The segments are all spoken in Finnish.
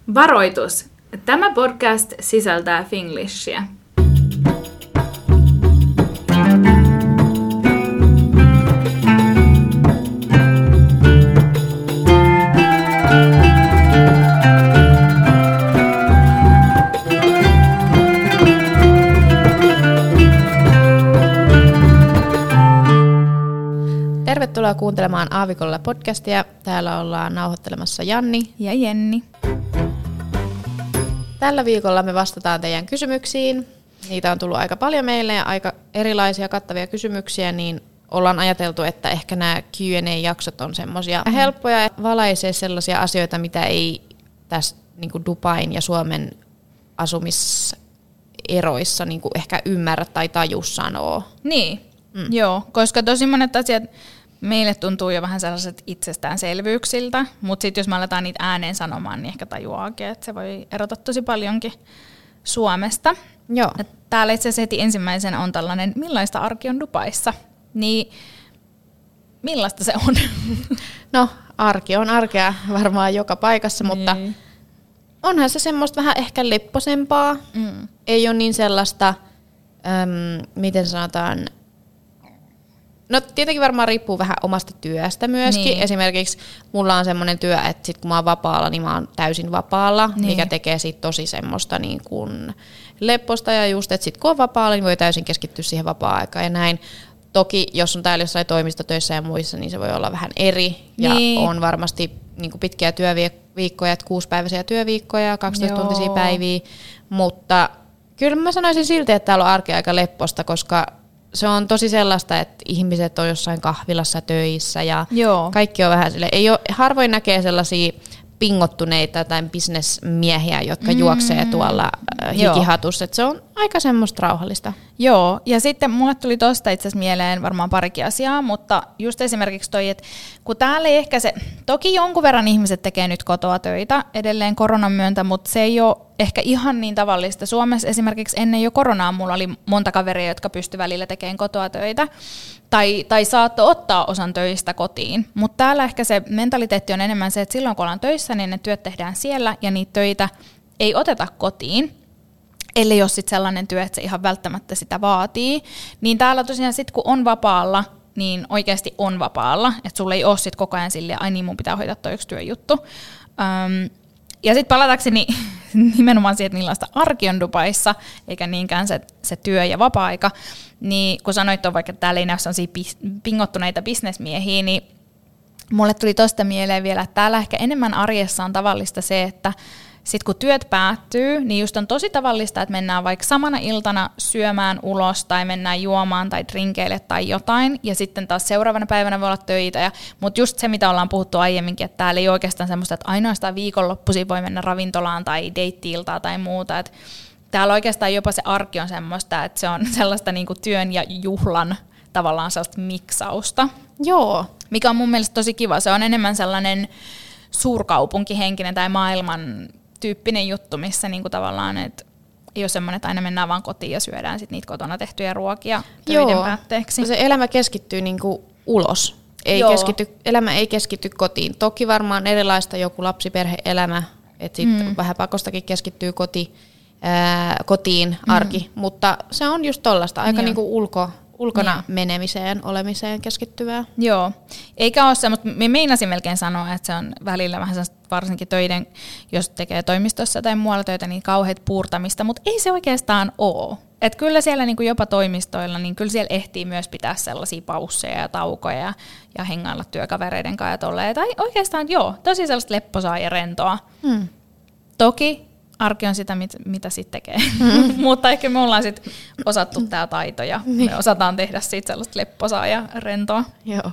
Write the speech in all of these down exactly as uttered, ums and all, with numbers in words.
Varoitus! Tämä podcast sisältää finglishia. Tervetuloa kuuntelemaan Aavikolla podcastia. Täällä ollaan nauhoittelemassa Janni ja Jenni. Tällä viikolla me vastataan teidän kysymyksiin. Niitä on tullut aika paljon meille ja aika erilaisia kattavia kysymyksiä, niin ollaan ajateltu, että ehkä nämä Q and A-jaksot on semmoisia mm. helppoja ja valaisee sellaisia asioita, mitä ei tässä niin kuin Dubain ja Suomen asumiseroissa niin kuin ehkä ymmärrä tai taju sanoa. Niin, mm. joo, koska tosi monet asiat meille tuntuu jo vähän sellaiset itsestäänselvyyksiltä, mutta sitten jos me aletaan niitä ääneen sanomaan, niin ehkä tajuaakin, että se voi erota tosi paljonkin Suomesta. Joo. Et täällä itse asiassa heti ensimmäisenä on tällainen, millaista arki on Dubaissa, niin millaista se on? No, arki on arkea varmaan joka paikassa, niin. Mutta onhan se semmoista vähän ehkä lepposempaa. Mm. Ei ole niin sellaista, äm, miten sanotaan, no tietenkin varmaan riippuu vähän omasta työstä myöskin. Niin. Esimerkiksi mulla on semmoinen työ, että sit kun mä oon vapaalla, niin mä oon täysin vapaalla, niin. Mikä tekee siitä tosi semmoista niin kuin lepposta ja just, että sit kun on vapaalla, niin voi täysin keskittyä siihen vapaa-aikaan ja näin. Toki jos on täällä jossain toimistotöissä ja muissa, niin se voi olla vähän eri ja niin. On varmasti niin kuin pitkiä työviikkoja, että kuusipäiväisiä työviikkoja, kaksitoista-tuntisia päiviä, mutta kyllä mä sanoisin silti, että täällä on arkea aika lepposta, koska se on tosi sellaista, että ihmiset on jossain kahvilassa töissä ja Joo. kaikki on vähän sille. Ei ole, harvoin näkee sellaisia pingottuneita tai bisnesmiehiä, jotka mm. juoksee tuolla hikihatussa. Se on aika semmoista rauhallista. Joo, ja sitten mulle tuli tosta itse asiassa mieleen varmaan parikin asiaa, mutta just esimerkiksi toi, että kun täällä ei ehkä se, toki jonkun verran ihmiset tekee nyt kotoa töitä edelleen koronan myöntä, mutta se ei ole ehkä ihan niin tavallista. Suomessa esimerkiksi ennen jo koronaa mulla oli monta kaveria, jotka pystyi välillä tekemään kotoa töitä, tai, tai saattoi ottaa osan töistä kotiin, mutta täällä ehkä se mentaliteetti on enemmän se, että silloin kun ollaan töissä, niin ne työt tehdään siellä, ja niitä töitä ei oteta kotiin, ellei ole sit sellainen työ, että se ihan välttämättä sitä vaatii, niin täällä tosiaan sitten kun on vapaalla, niin oikeasti on vapaalla, että sulla ei ole sit koko ajan silleen, ai niin mun pitää hoitaa toi yksi työjuttu. Öm, ja sitten palatakseni nimenomaan siihen, että millaista arki on Dubaissa, eikä niinkään se, se työ ja vapaa-aika, niin kun sanoit, että vaikka täällä ei näy sellaisia pingottuneita bisnesmiehiä, niin mulle tuli tosta mieleen vielä, että täällä ehkä enemmän arjessa on tavallista se, että sitten kun työt päättyy, niin just on tosi tavallista, että mennään vaikka samana iltana syömään ulos tai mennään juomaan tai drinkeille tai jotain. Ja sitten taas seuraavana päivänä voi olla töitä. Mutta just se, mitä ollaan puhuttu aiemminkin, että täällä ei oikeastaan semmoista, että ainoastaan viikonloppuisin voi mennä ravintolaan tai deitti-iltaan tai muuta. Et täällä oikeastaan jopa se arki on semmoista, että se on sellaista niinku työn ja juhlan tavallaan sellaista miksausta. Joo. Mikä on mun mielestä tosi kiva. Se on enemmän sellainen suurkaupunkihenkinen tai maailman tyyppinen juttu, missä niinku tavallaan, että ei ole semmoinen, että aina mennään vaan kotiin ja syödään sit niitä kotona tehtyjä ruokia töiden Joo. päätteeksi. Se elämä keskittyy niinku ulos. Ei keskity, elämä ei keskity kotiin. Toki varmaan erilaista joku lapsiperhe-elämä, että sitten mm. vähän pakostakin keskittyy koti, ää, kotiin arki, mm. mutta se on just tollaista, aika niinku ulko, ulkona ja. menemiseen, olemiseen keskittyvää. Joo, eikä ole se, mutta me meinasin melkein sanoa, että se on välillä vähän varsinkin töiden, jos tekee toimistossa tai muualla töitä, niin kauheat puurtamista, mutta ei se oikeastaan ole. Että kyllä siellä niinku jopa toimistoilla, niin kyllä siellä ehtii myös pitää sellaisia pausseja ja taukoja ja, ja hengailla työkavereiden kanssa ja tolleen. Tai oikeastaan joo, tosi sellaista lepposaa ja rentoa. Hmm. Toki arki on sitä, mit, mitä sitten tekee. Mm. Mutta ehkä me ollaan sitten osattu tämä taito ja niin. Me osataan tehdä siitä sellaista lepposaa ja rentoa. Joo.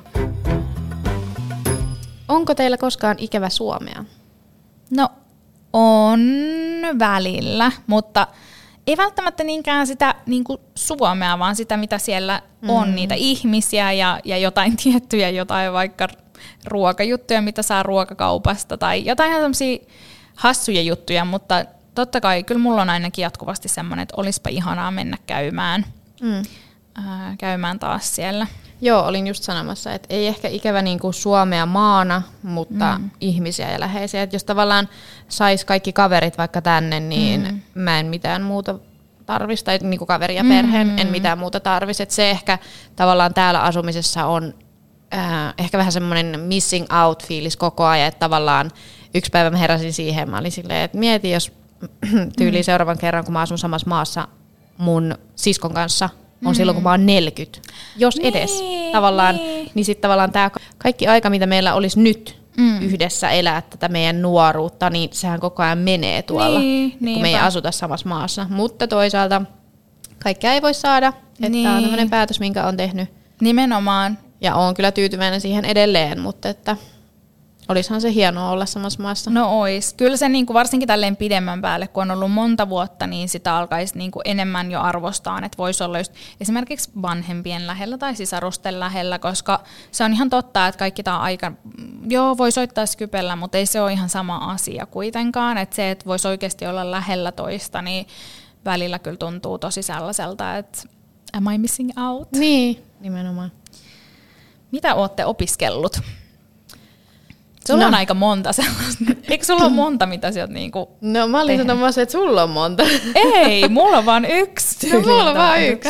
Onko teillä koskaan ikävä suomea? No on välillä, mutta ei välttämättä niinkään sitä niin kuin suomea, vaan sitä, mitä siellä mm. on, niitä ihmisiä ja, ja jotain tiettyjä, jotain vaikka ruokajuttuja, mitä saa ruokakaupasta tai jotain sellaisia hassuja juttuja, mutta totta kai kyllä mulla on ainakin jatkuvasti semmoinen, että olisipa ihanaa mennä käymään, mm. ää, käymään taas siellä. Joo, olin just sanomassa, että ei ehkä ikävä niin kuin Suomea maana, mutta mm. ihmisiä ja läheisiä. Että jos tavallaan sais kaikki kaverit vaikka tänne, niin mm. mä en mitään muuta tarvisi, tai niin kuin kaveri ja perheen, mm. en mitään muuta tarvisi. Että se ehkä tavallaan täällä asumisessa on äh, ehkä vähän semmoinen missing out-fiilis koko ajan, että tavallaan yksi päivä mä heräsin siihen, mä olin silleen, että mieti, jos tyyliin mm. seuraavan kerran, kun mä asun samassa maassa mun siskon kanssa, on mm. silloin, kun mä oon neljäkymmentä. Jos niin, edes tavallaan, niin, niin sitten tavallaan tämä kaikki aika, mitä meillä olisi nyt mm. yhdessä elää tätä meidän nuoruutta, niin sehän koko ajan menee tuolla, niin, kun me ei asuta samassa maassa. Mutta toisaalta kaikkea ei voi saada, että niin. Tämä on tämmöinen päätös, minkä on tehnyt. Nimenomaan. Ja oon kyllä tyytyväinen siihen edelleen, mutta että olisihan se hienoa olla samassa maassa. No ois. Kyllä se niinku varsinkin tälleen pidemmän päälle, kun on ollut monta vuotta, niin sitä alkaisi niinku enemmän jo arvostaa, että voisi olla just esimerkiksi vanhempien lähellä tai sisarusten lähellä, koska se on ihan totta, että kaikki tämä aika, joo voi soittaa Skypellä, mutta ei se ole ihan sama asia kuitenkaan, että se, että voisi oikeasti olla lähellä toista, niin välillä kyllä tuntuu tosi sellaiselta, että am I missing out? Niin, nimenomaan. Mitä ootte opiskellut? Sulla no. on aika monta sellaista. Eikö sulla ole monta, mitä sä oot niinku No mä olin sanomassa, että sulla on monta. Ei, mulla on vaan yksi. No mulla on vaan yksi.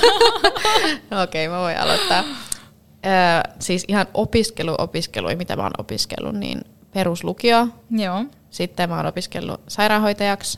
No okei, okay, mä voin aloittaa. Ö, siis ihan opiskelu, opiskelu, mitä mä oon opiskellut, niin peruslukio. Joo. Sitten mä oon opiskellut sairaanhoitajaksi.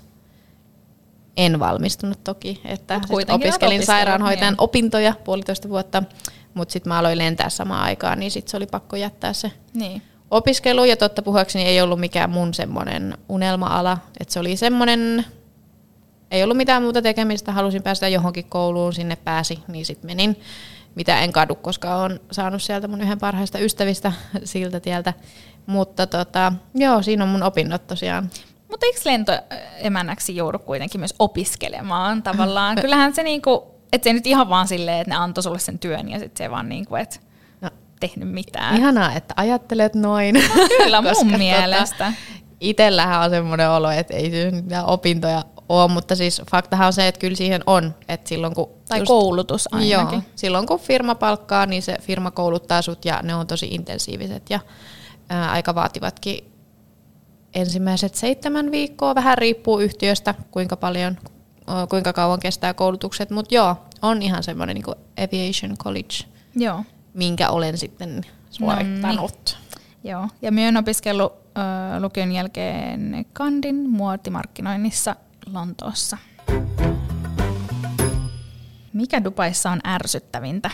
En valmistunut toki, että opiskelin sairaanhoitajan niin. opintoja puolitoista vuotta, mutta sitten mä aloin lentää samaan aikaan, niin sitten se oli pakko jättää se. Niin. Opiskelu, ja totta puheekseni ei ollut mikään mun semmoinen unelma-ala, että se oli semmoinen, ei ollut mitään muuta tekemistä, halusin päästä johonkin kouluun, sinne pääsi, niin sitten menin, mitä en kadu, koska olen saanut sieltä mun yhden parhaista ystävistä siltä tieltä, mutta tota, joo, siinä on mun opinnot tosiaan. Mutta eikö lentoemännäksi joudu kuitenkin myös opiskelemaan tavallaan? Kyllähän se niinku, että se nyt ihan vaan silleen, että ne antoi sulle sen työn ja sitten se vaan niinku, että tehnyt mitään. Ihanaa, että ajattelet noin. No, kyllä mun mielestä. Tota, itsellähän on semmoinen olo, että ei se mitään opintoja ole, mutta siis faktahan on se, että kyllä siihen on. Että silloin, kun tai just, koulutus ainakin. Joo, silloin kun firma palkkaa, niin se firma kouluttaa sut ja ne on tosi intensiiviset ja ää, aika vaativatkin ensimmäiset seitsemän viikkoa. Vähän riippuu yhtiöstä, kuinka paljon, kuinka kauan kestää koulutukset, mutta joo, on ihan semmoinen niin kuin Aviation College. Joo. Minkä olen sitten suorittanut. No niin. Joo, ja minä olen opiskellut äh, lukion jälkeen kandin muotimarkkinoinnissa Lontoossa. Mikä Dubaissa on ärsyttävintä?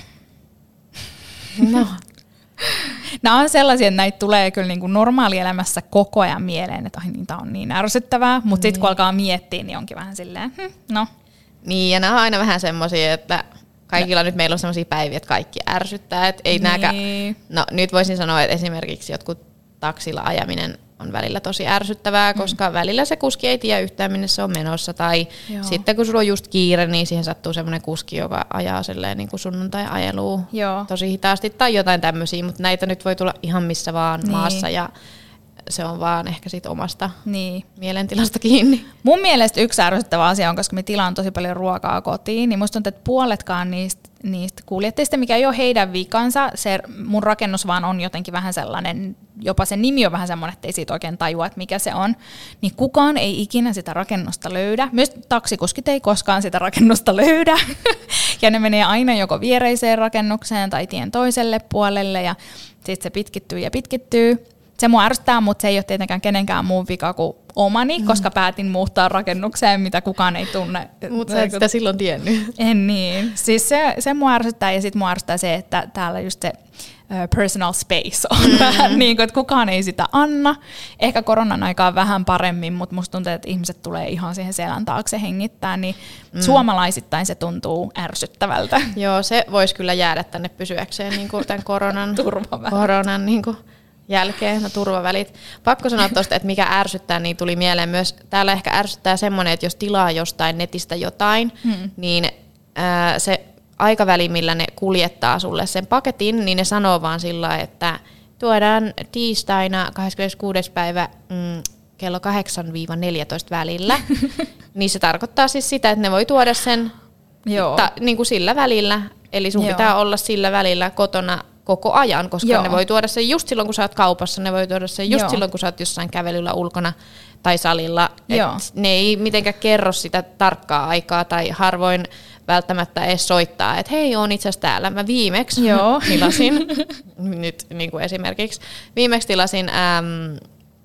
No. Nämä on sellaisia, että näitä tulee kyllä niin kuin normaalielämässä koko ajan mieleen, että ai niin, tämä on niin ärsyttävää, mutta niin. sitten kun alkaa miettiä, niin onkin vähän silleen, hm, no. Niin, ja nämä on aina vähän semmoisia, että kaikilla no. nyt meillä on sellaisia päiviä, että kaikki ärsyttää. Että ei niin. nääkä, no nyt voisin sanoa, että esimerkiksi jotkut taksilla ajaminen on välillä tosi ärsyttävää, koska mm. välillä se kuski ei tiedä yhtään, minne se on menossa. Tai Joo. sitten kun sulla on just kiire, niin siihen sattuu semmoinen kuski, joka ajaa silleen niin kuin sunnuntai-ajelua tosi hitaasti tai jotain tämmöisiä. Mutta näitä nyt voi tulla ihan missä vaan niin. maassa ja se on vaan ehkä siitä omasta niin. mielentilasta kiinni. Mun mielestä yksi ärsyttävä asia on, koska me tilaan tosi paljon ruokaa kotiin, niin musta tuntuu, että puoletkaan niistä, niistä kuljettajista, mikä ei ole heidän vikansa, se mun rakennus vaan on jotenkin vähän sellainen, jopa se nimi on vähän semmoinen, että ei siitä oikein tajua, että mikä se on, niin kukaan ei ikinä sitä rakennusta löydä. Myös taksikuskit ei koskaan sitä rakennusta löydä. Ja ne menee aina joko viereiseen rakennukseen tai tien toiselle puolelle ja sitten se pitkittyy ja pitkittyy. Se mua ärsyttää, mutta se ei ole tietenkään kenenkään muun vika kuin omani, mm. koska päätin muuttaa rakennukseen, mitä kukaan ei tunne. Mutta sä et sitä silloin tiennyt. En niin. Siis se, se mua ärsyttää ja sitten mua ärsyttää se, että täällä just se uh, personal space on mm. vähän niin kuin, että kukaan ei sitä anna. Ehkä koronan aikaan vähän paremmin, mutta musta tuntuu, että ihmiset tulee ihan siihen selän taakse hengittää, niin mm. suomalaisittain se tuntuu ärsyttävältä. Joo, se voisi kyllä jäädä tänne pysyäkseen niin kuin tämän koronan, koronan niin kuin jälkeen, no turvavälit. Pakko sanoa tuosta, että mikä ärsyttää, niin tuli mieleen myös, täällä ehkä ärsyttää semmoinen, että jos tilaa jostain netistä jotain, hmm. niin ää, se aikaväli, millä ne kuljettaa sulle sen paketin, niin ne sanoo vaan sillä, että tuodaan tiistaina kahdeskymmeneskuudes päivä mm, kello kahdeksan neljätoista välillä. Niin se tarkoittaa siis sitä, että ne voi tuoda sen Joo. Ta, niin kuin sillä välillä, eli sun Joo. pitää olla sillä välillä kotona koko ajan, koska Joo. ne voi tuoda sen just silloin, kun sä oot kaupassa, ne voi tuoda sen just Joo. silloin, kun sä oot jossain kävelyllä ulkona tai salilla. Et ne ei mitenkään kerro sitä tarkkaa aikaa tai harvoin välttämättä edes soittaa, että hei, oon itse asiassa täällä. Mä viimeksi Joo. tilasin, nyt niin kuin esimerkiksi, viimeksi tilasin äm,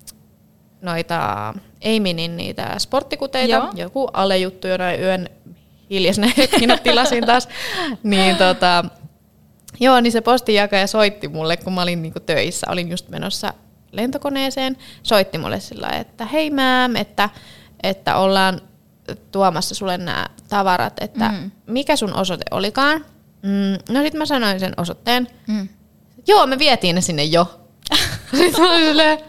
noita Eiminin niitä sporttikuteita, Joo. joku alejuttu jonain yön hiljaisena hetkinä tilasin taas, niin tota, joo, niin se postinjakaja soitti mulle, kun mä olin niinku töissä, olin just menossa lentokoneeseen, soitti mulle sillä lailla, että hei ma'am, että, että ollaan tuomassa sulle nämä tavarat, että mm. mikä sun osoite olikaan. Mm, no sit mä sanoin sen osoitteen. Mm. Joo, me vietiin ne sinne jo. Sitten mä olin silleen,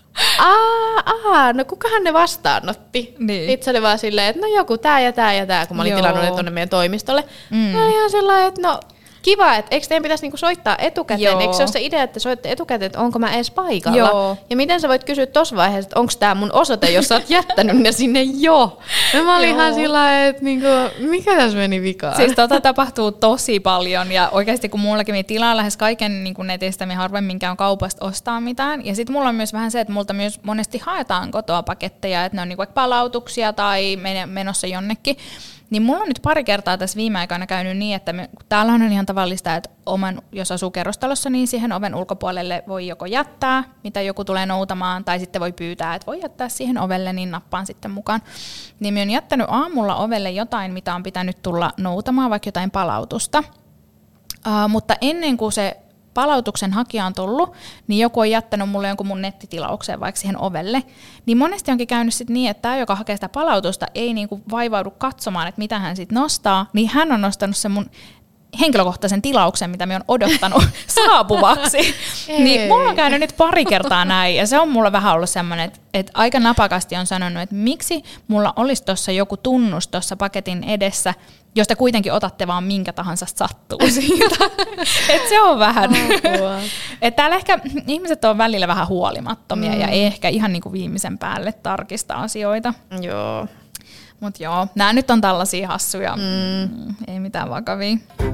aa, aa, no kukahan ne vastaanotti? Niin. Sitten se oli vaan silleen, että no joku tää ja tää ja tää, kun mä olin Joo. tilannut ne tuonne meidän toimistolle. Mm. Mä olin ihan sellainen, että no kiva, että eikö teidän pitäisi niinku soittaa etukäteen? Joo. Eikö se ole se idea, että soitte etukäteen, että onko mä edes paikalla? Joo. Ja miten sä voit kysyä tuossa vaiheessa, että onko tää mun osoite, jos sä oot jättänyt ne sinne jo? Ja mä olin ihan sillä että niinku, mikä tässä meni vikaan? Siis tota tapahtuu tosi paljon ja oikeasti kun mullakin minä tilaan lähes kaiken niin netistä, minä harvemmin käyn kaupasta ostaa mitään. Ja sitten mulla on myös vähän se, että multa myös monesti haetaan kotoa paketteja, että ne on niinku palautuksia tai menossa jonnekin. Niin mulla on nyt pari kertaa tässä viime aikoina käynyt niin, että me, täällä on ihan tavallista, että oman, jos asuu kerrostalossa, niin siihen oven ulkopuolelle voi joko jättää, mitä joku tulee noutamaan, tai sitten voi pyytää, että voi jättää siihen ovelle, niin nappaan sitten mukaan. Niin mä oon jättänyt aamulla ovelle jotain, mitä on pitänyt tulla noutamaan, vaikka jotain palautusta. Uh, mutta ennen kuin se palautuksen hakija on tullut, niin joku on jättänyt mulle jonkun mun nettitilauksen vaikka siihen ovelle, niin monesti onkin käynyt sit niin, että tämä, joka hakee sitä palautusta, ei niinku vaivaudu katsomaan, että mitä hän sit nostaa, niin hän on nostanut sen mun henkilökohtaisen tilauksen, mitä mä oon odottanut saapuvaksi. Niin mulla on käynyt nyt pari kertaa näin, ja se on mulla vähän ollut semmoinen, että, että aika napakasti on sanonut, että miksi mulla olisi tuossa joku tunnus tuossa paketin edessä, jos te kuitenkin otatte vaan minkä tahansa sattuu siitä. Että se on vähän. Että täällä ehkä ihmiset on välillä vähän huolimattomia mm. ja ei ehkä ihan niinku viimeisen päälle tarkista asioita. Joo. Mut joo, nämä nyt on tällaisia hassuja, mm. ei mitään vakavia.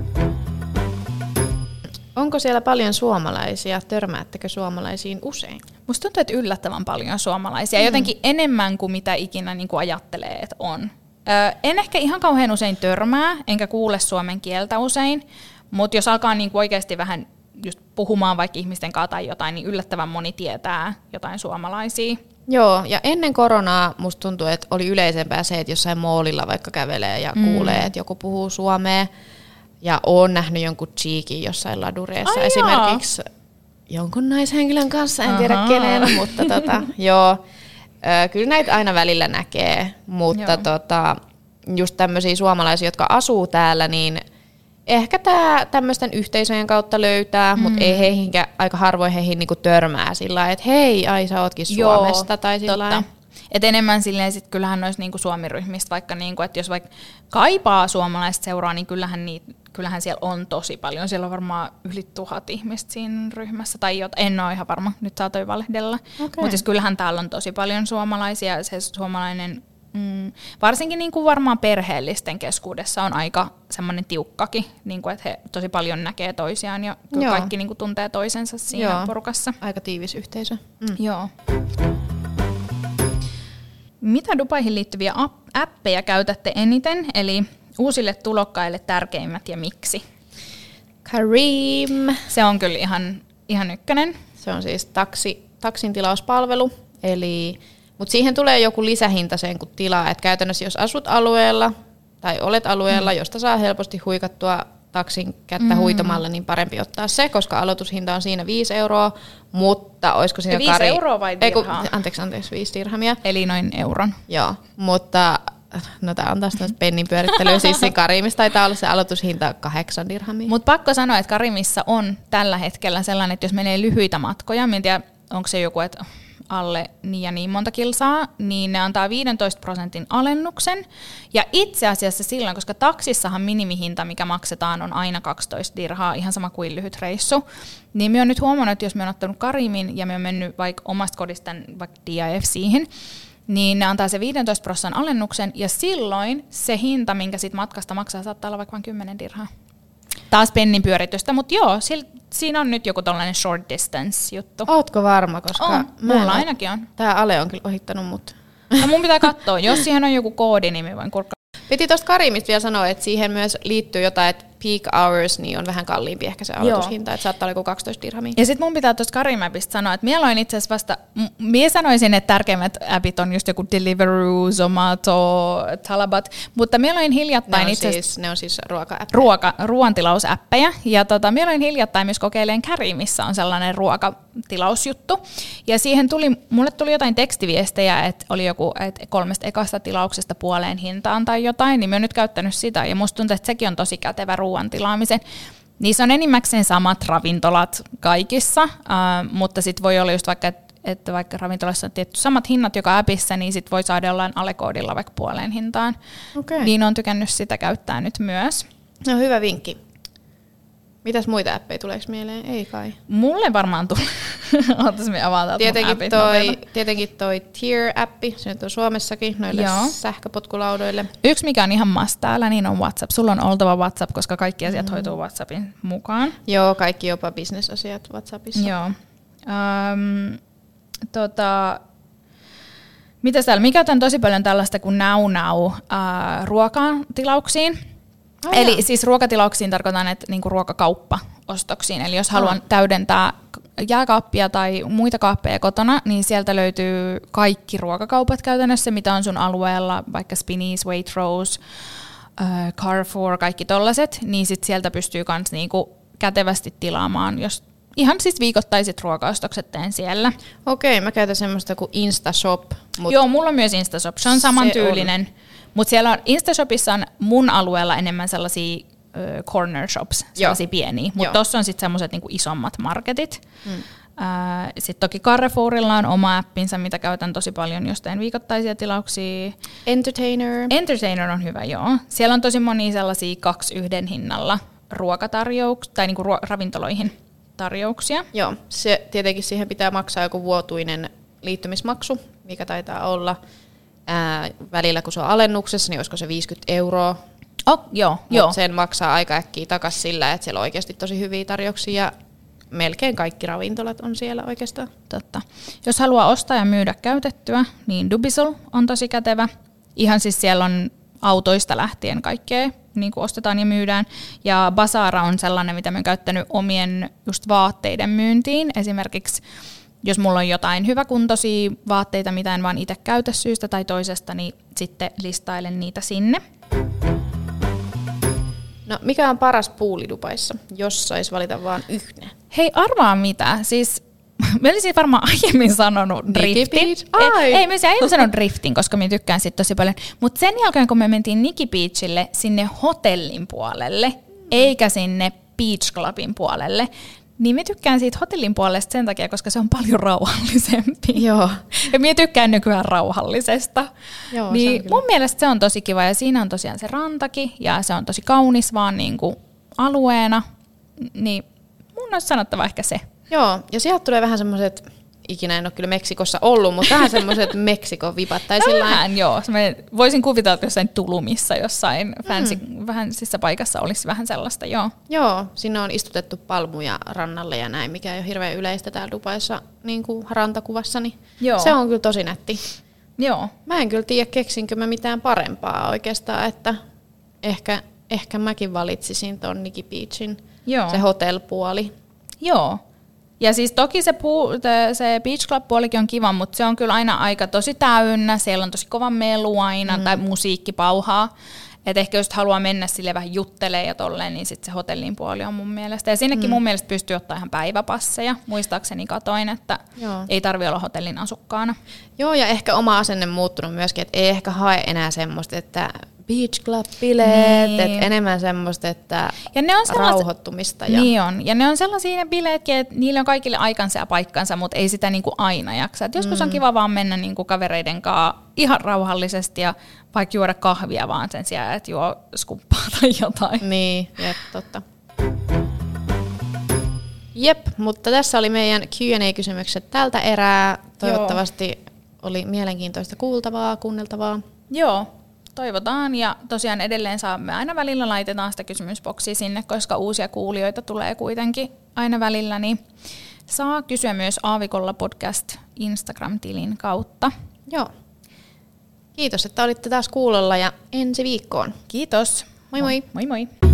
Onko siellä paljon suomalaisia? Törmäättekö suomalaisiin usein? Musta tuntuu, että yllättävän paljon suomalaisia, mm. jotenkin enemmän kuin mitä ikinä niin kuin ajattelee, että on. Ö, en ehkä ihan kauhean usein törmää, enkä kuule suomen kieltä usein, mutta jos alkaa niin kuin oikeasti vähän just puhumaan vaikka ihmisten kanssa tai jotain, niin yllättävän moni tietää jotain suomalaisia. Joo, ja ennen koronaa musta tuntuu, että oli yleisempää se, että jossain moolilla vaikka kävelee ja mm. kuulee, että joku puhuu suomea. Ja oon nähnyt jonkun cheekin jossain ladureessa Ai esimerkiksi joo. jonkun naishenkilön kanssa, en Aha. tiedä kenen, mutta tota, joo. Kyllä näitä aina välillä näkee, mutta tota, just tämmöisiä suomalaisia, jotka asuu täällä, niin ehkä tää tämmöisten yhteisöjen kautta löytää, mm. mutta ei heihinkä, aika harvoin heihin niinku törmää sillä lailla, että hei, ai sä ootkin Suomesta Joo, tai sillä lailla. Et enemmän silleen sit kyllähän noissa niinku Suomi-ryhmistä, vaikka niinku, että jos vaikka kaipaa suomalaista seuraa, niin kyllähän, niitä, kyllähän siellä on tosi paljon. Siellä on varmaan yli tuhat ihmistä siinä ryhmässä, tai jot, en ole ihan varma, nyt saatoin valehdella. Okay. Mutta siis kyllähän täällä on tosi paljon suomalaisia, se suomalainen, mm, varsinkin niinku varmaan perheellisten keskuudessa on aika semmoinen tiukkakin, niinku, että he tosi paljon näkee toisiaan ja Joo. kaikki niinku tuntee toisensa siinä Joo. porukassa. Aika tiivis yhteisö. Mm. Joo. Mitä Dubaihin liittyviä appeja käytätte eniten, eli uusille tulokkaille tärkeimmät ja miksi? Kareem. Se on kyllä ihan, ihan ykkönen. Se on siis taksi, taksin tilauspalvelu, eli, mutta siihen tulee joku lisähinta sen kun tilaa, että käytännössä jos asut alueella tai olet alueella, mm. josta saa helposti huikattua taksin kättä mm. huitamalla, niin parempi ottaa se, koska aloitushinta on siinä viisi euroa, mutta olisiko siinä viisi kari... euroa vai dirhaa? Eiku, anteeksi, anteeksi, viisi dirhamia. Eli noin euron. Joo, mutta no tää on taas tämmöistä pennin pyörittelyä, siis siinä Kareemissa taitaa olla se aloitushinta kahdeksan dirhamia. Mutta pakko sanoa, että Kareemissa on tällä hetkellä sellainen, että jos menee lyhyitä matkoja, en tiedä, onko se joku, että alle niin ja niin monta kilsaa, niin ne antaa viisitoista prosentin alennuksen. Ja itse asiassa silloin, koska taksissahan minimihinta, mikä maksetaan, on aina kaksitoista dirhaa, ihan sama kuin lyhyt reissu, niin minä olen nyt huomannut, että jos minä olen ottanut Kareemin ja minä olen mennyt vaikka omasta kodista vaikka D I F siihen, niin ne antaa se viisitoista prosentin alennuksen, ja silloin se hinta, minkä sit matkasta maksaa, saattaa olla vaikka vain kymmenen dirhaa. Taas pennin pyöritystä, mutta joo, siinä on nyt joku tällainen short distance juttu. Ootko varma, koska on, mulla ainakin on. Tää Ale on kyllä ohittanut mut. No mun pitää katsoa, jos siihen on joku koodi, niin mä voin kurkkaa. Piti tuosta Karimista vielä sanoa, että siihen myös liittyy jotain, että peak hours niin on vähän kalliimpi ehkä se aloitushinta, että saattaa olla joku kaksitoista dirhamia. Ja sitten mun pitää tuosta Karimapista sanoa, että minä aloin itse asiassa vasta, minä sanoisin, että tärkeimmät appit on just joku Deliveroo, Zomato, Talabat, mutta minä aloin hiljattain itse asiassa... Siis, ne on siis ruoka-appeja. Ruoka, ruoantilausäppejä, ja tota, minä aloin hiljattain myös kokeilemaan Karimissa on sellainen ruokatilausjuttu, ja siihen tuli, mulle tuli jotain tekstiviestejä, että oli joku, että kolmesta ekasta tilauksesta puoleen hintaan tai jotain, niin minä olen nyt käyttänyt sitä, ja musta tuntuu, että sekin on tosi kätevä ruoan tilaamisen. Niissä on enimmäkseen samat ravintolat kaikissa, äh, mutta sitten voi olla just vaikka, että et vaikka ravintolassa on tietty samat hinnat joka appissa, niin sitten voi saada jollain alekoodilla vaikka puoleen hintaan. Okay. Niin on tykännyt sitä käyttää nyt myös. No hyvä vinkki. Mitäs muita appeja tuleeko mieleen? Ei kai. Mulle varmaan tulee. Ootas me avataan tietenkin mun toi, tietenkin toi Tier-appi, se nyt on Suomessakin noille Joo. sähköpotkulaudoille. Yksi mikä on ihan must täällä, niin on WhatsApp. Sulla on oltava WhatsApp, koska kaikki asiat mm. hoituu WhatsAppin mukaan. Joo, kaikki jopa business-asiat WhatsAppissa. Joo. Um, tota, mitä täällä? Mä käytän tosi paljon tällaista kuin Now Now uh, ruokatilauksiin. Oh, Eli jaa. siis ruokatilauksiin tarkoitan, että niinku ruokakauppa-ostoksiin. Eli jos haluan oh. täydentää jääkaappia tai muita kaappeja kotona, niin sieltä löytyy kaikki ruokakaupat käytännössä, mitä on sun alueella, vaikka Spinneys, Waitrose, äh, Carrefour, kaikki tollaset, niin sit sieltä pystyy kans niinku kätevästi tilaamaan, jos ihan siis viikoittaiset ruokaostokset teen siellä. Okei, mä käytän semmoista kuin InstaShop. Mut Joo, mulla on myös InstaShop, se on samantyylinen. Mutta siellä on, InstaShopissa on mun alueella enemmän sellaisia uh, corner shops, sellaisia Joo. pieniä. Mutta tossa on sitten semmoiset niinku isommat marketit. Mm. Uh, sitten toki Carrefourilla on oma appinsa, mitä käytän tosi paljon, jos teen viikoittaisia tilauksia. Entertainer. Entertainer on hyvä, joo. Siellä on tosi monia sellaisia kaksi yhden hinnalla ruokatarjouksia, tai niinku ruo- ravintoloihin tarjouksia. Joo, se, tietenkin siihen pitää maksaa joku vuotuinen liittymismaksu, mikä taitaa olla. Ää, välillä kun se on alennuksessa, niin olisiko se viisikymmentä euroa. Oh, joo, joo. Sen maksaa aika äkkiä takaisin sillä, että siellä on oikeasti tosi hyviä tarjouksia ja melkein kaikki ravintolat on siellä oikeastaan. Totta. Jos haluaa ostaa ja myydä käytettyä, niin Dubizzle on tosi kätevä. Ihan siis siellä on autoista lähtien kaikkea niin kuin ostetaan ja myydään. Ja Bazara on sellainen, mitä mä oon käyttänyt omien just vaatteiden myyntiin. Esimerkiksi jos mulla on jotain hyväkuntoisia vaatteita, mitä en vaan itse käytä syystä tai toisesta, niin sitten listailen niitä sinne. No mikä on paras puuli Dubaissa, jos sais valita vaan yhden? Hei, arvaa mitä. Siis mä olisin varmaan aiemmin sanonut driftin. Ei, ei mä olisin aiemmin sanonut driftin, koska mä tykkään siitä tosi paljon. Mutta sen jälkeen, kun me mentiin Nikki Beachille sinne hotellin puolelle, eikä sinne Beach Clubin puolelle, niin mä tykkään siitä hotellin puolesta sen takia, koska se on paljon rauhallisempi. Joo. Ja mä tykkään nykyään rauhallisesta. Joo, niin mun mielestä se on tosi kiva ja siinä on tosiaan se rantakin ja se on tosi kaunis vaan niin kuin alueena. Niin mun olisi sanottava ehkä se. Joo, ja sieltä tulee vähän semmoiset, ikinä en ole kyllä Meksikossa ollut, mutta vähän semmoiset Meksikon vipat. Tai no vähän, joo. Voisin kuvitella, että jossain Tulumissa, jossain fancy, mm. vähän sissä paikassa olisi vähän sellaista, joo. Joo, siinä on istutettu palmuja rannalle ja näin, mikä ei ole hirveän yleistä täällä Dubaissa niin kuin rantakuvassa, niin joo. Se on kyllä tosi nätti. Joo. Mä en kyllä tiedä, keksinkö mä mitään parempaa oikeastaan, että ehkä, ehkä mäkin valitsisin ton Nikki Beachin, joo. Se hotel-puoli. Joo. Ja siis toki se, puu, se Beach Club-puolikin on kiva, mutta se on kyllä aina aika tosi täynnä. Siellä on tosi kova melu aina, mm. tai musiikki pauhaa. Että ehkä jos haluaa mennä sille vähän juttelee ja tolleen, niin sitten se hotellin puoli on mun mielestä. Ja sinnekin mm. mun mielestä pystyy ottaa ihan päiväpasseja. Muistaakseni katoin, että Joo. ei tarvitse olla hotellin asukkaana. Joo, ja ehkä oma asenne muuttunut myöskin, että ei ehkä hae enää semmoista, että Beach Club-bileet, niin. Että enemmän semmoista, että ja ne on rauhoittumista. Ja niin on. Ja ne on sellaisia ne bileetkin, että niillä on kaikille aikansa ja paikkansa, mutta ei sitä niinku aina jaksa. Et joskus mm. on kiva vaan mennä niinku kavereiden kanssa ihan rauhallisesti ja vaikka juoda kahvia vaan sen sijaan, että juo skumppaa tai jotain. Niin, jep, totta. Jep, mutta tässä oli meidän Q and A-kysymykset tältä erää. Toivottavasti Joo. oli mielenkiintoista kuultavaa, kuunneltavaa. Joo, toivotaan. Ja tosiaan edelleen saamme aina välillä laitetaan sitä kysymysboksia sinne, koska uusia kuulijoita tulee kuitenkin aina välillä, niin saa kysyä myös Aavikolla podcast Instagram-tilin kautta. Joo. Kiitos, että olitte taas kuulolla ja ensi viikkoon. Kiitos. Moi moi. Moi moi.